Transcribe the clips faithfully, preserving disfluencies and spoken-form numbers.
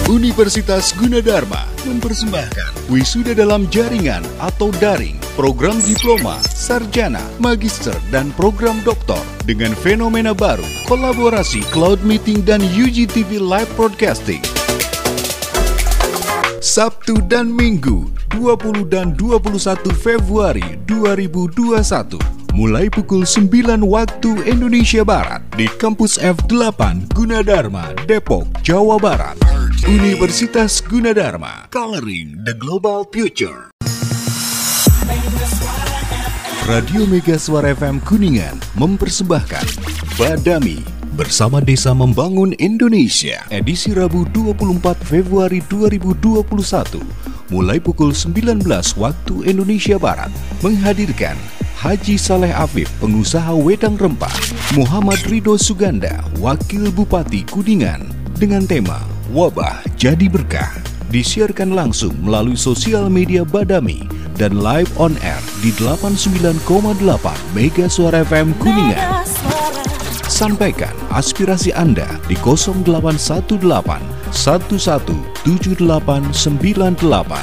Universitas Gunadarma mempersembahkan wisuda dalam jaringan atau daring, program diploma, sarjana, magister, dan program doktor dengan fenomena baru, kolaborasi cloud meeting dan U G T V live broadcasting. Sabtu dan Minggu, dua puluh dan dua puluh satu Februari dua ribu dua puluh satu. Mulai pukul sembilan waktu Indonesia Barat di Kampus F delapan Gunadarma, Depok, Jawa Barat. Universitas Gunadarma, Coloring the Global Future. Radio Mega Suara F M Kuningan mempersembahkan Badami bersama Desa Membangun Indonesia, edisi Rabu dua puluh empat Februari dua ribu dua puluh satu. Mulai pukul sembilan belas waktu Indonesia Barat, menghadirkan Haji Saleh Afif, pengusaha wedang rempah, Muhammad Ridho Suganda, Wakil Bupati Kuningan, dengan tema Wabah Jadi Berkah. Disiarkan langsung melalui sosial media Badami dan live on air di delapan puluh sembilan koma delapan Mega Suara F M Kuningan. Sampaikan aspirasi Anda di nol delapan satu delapan satu satu tujuh delapan sembilan delapan.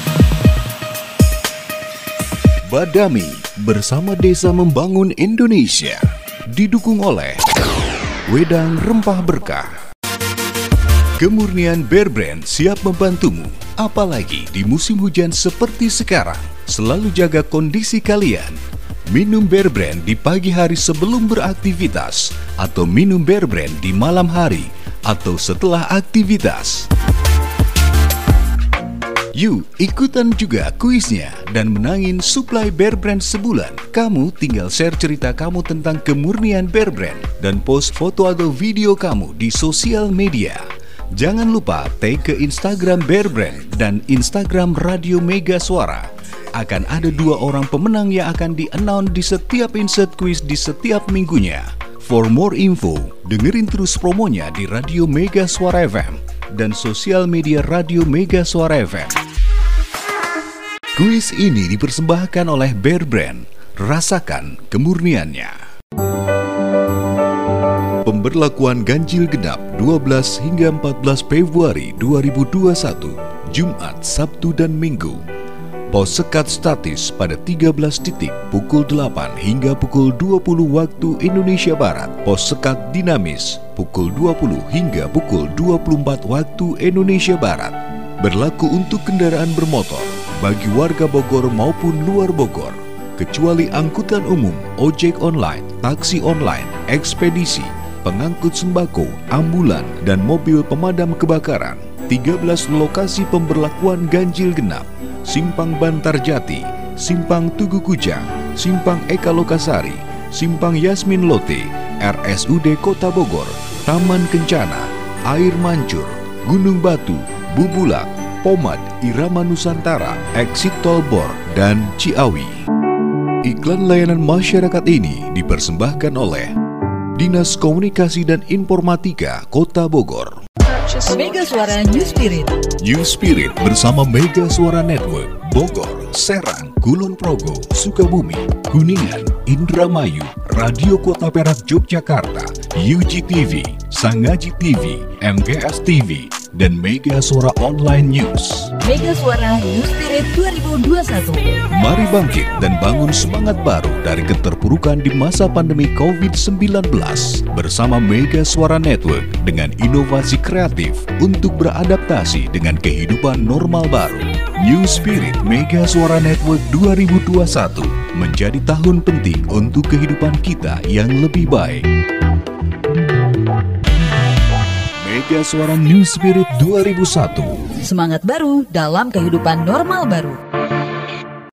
Badami bersama Desa Membangun Indonesia, didukung oleh Wedang Rempah Berkah. Kemurnian Bear Brand siap membantumu, apalagi di musim hujan seperti sekarang. Selalu jaga kondisi kalian. Minum Bear Brand di pagi hari sebelum beraktivitas, atau minum Bear Brand di malam hari atau setelah aktivitas. Yuk, ikutan juga kuisnya dan menangin suplai Bear Brand sebulan. Kamu tinggal share cerita kamu tentang kemurnian Bear Brand dan post foto atau video kamu di sosial media. Jangan lupa tag ke Instagram Bear Brand dan Instagram Radio Mega Suara. Akan ada dua orang pemenang yang akan di-announce di setiap insert kuis di setiap minggunya. For more info, dengerin terus promonya di Radio Mega Suara F M dan sosial media Radio Mega Suara F M. Kuis ini dipersembahkan oleh Bear Brand. Rasakan kemurniannya. Pemberlakuan ganjil genap dua belas hingga empat belas Februari dua ribu dua puluh satu, Jumat, Sabtu, dan Minggu. Pos sekat statis pada tiga belas titik pukul delapan hingga pukul dua puluh waktu Indonesia Barat. Pos sekat dinamis pukul dua puluh hingga pukul dua puluh empat waktu Indonesia Barat. Berlaku untuk kendaraan bermotor bagi warga Bogor maupun luar Bogor, kecuali angkutan umum, ojek online, taksi online, ekspedisi, pengangkut sembako, ambulan, dan mobil pemadam kebakaran. tiga belas lokasi pemberlakuan ganjil genap: Simpang Bantarjati, Simpang Tugu Kujang, Simpang Eka Lokasari, Simpang Yasmin Lote, R S U D Kota Bogor, Taman Kencana, Air Mancur, Gunung Batu, Bubulak, Pomad, Irama Nusantara, Exit Tol Bor, dan Ciawi. Iklan layanan masyarakat ini dipersembahkan oleh Dinas Komunikasi dan Informatika Kota Bogor. Mega Suara New Spirit. New Spirit bersama Mega Suara Network Bogor, Serang, Kulon Progo, Sukabumi, Kuningan, Indramayu, Radio Kota Perak Yogyakarta, U G T V, Sangaji T V, M G S T V, dan Mega Suara Online News. Mega Suara New Spirit dua ribu dua puluh satu. Mari bangkit dan bangun semangat baru dari keterpurukan di masa pandemi covid sembilan belas bersama Mega Suara Network dengan inovasi kreatif untuk beradaptasi dengan kehidupan normal baru. New Spirit Mega Suara Network dua ribu dua puluh satu menjadi tahun penting untuk kehidupan kita yang lebih baik. Mega Suara New Spirit dua ribu satu. Semangat baru dalam kehidupan normal baru.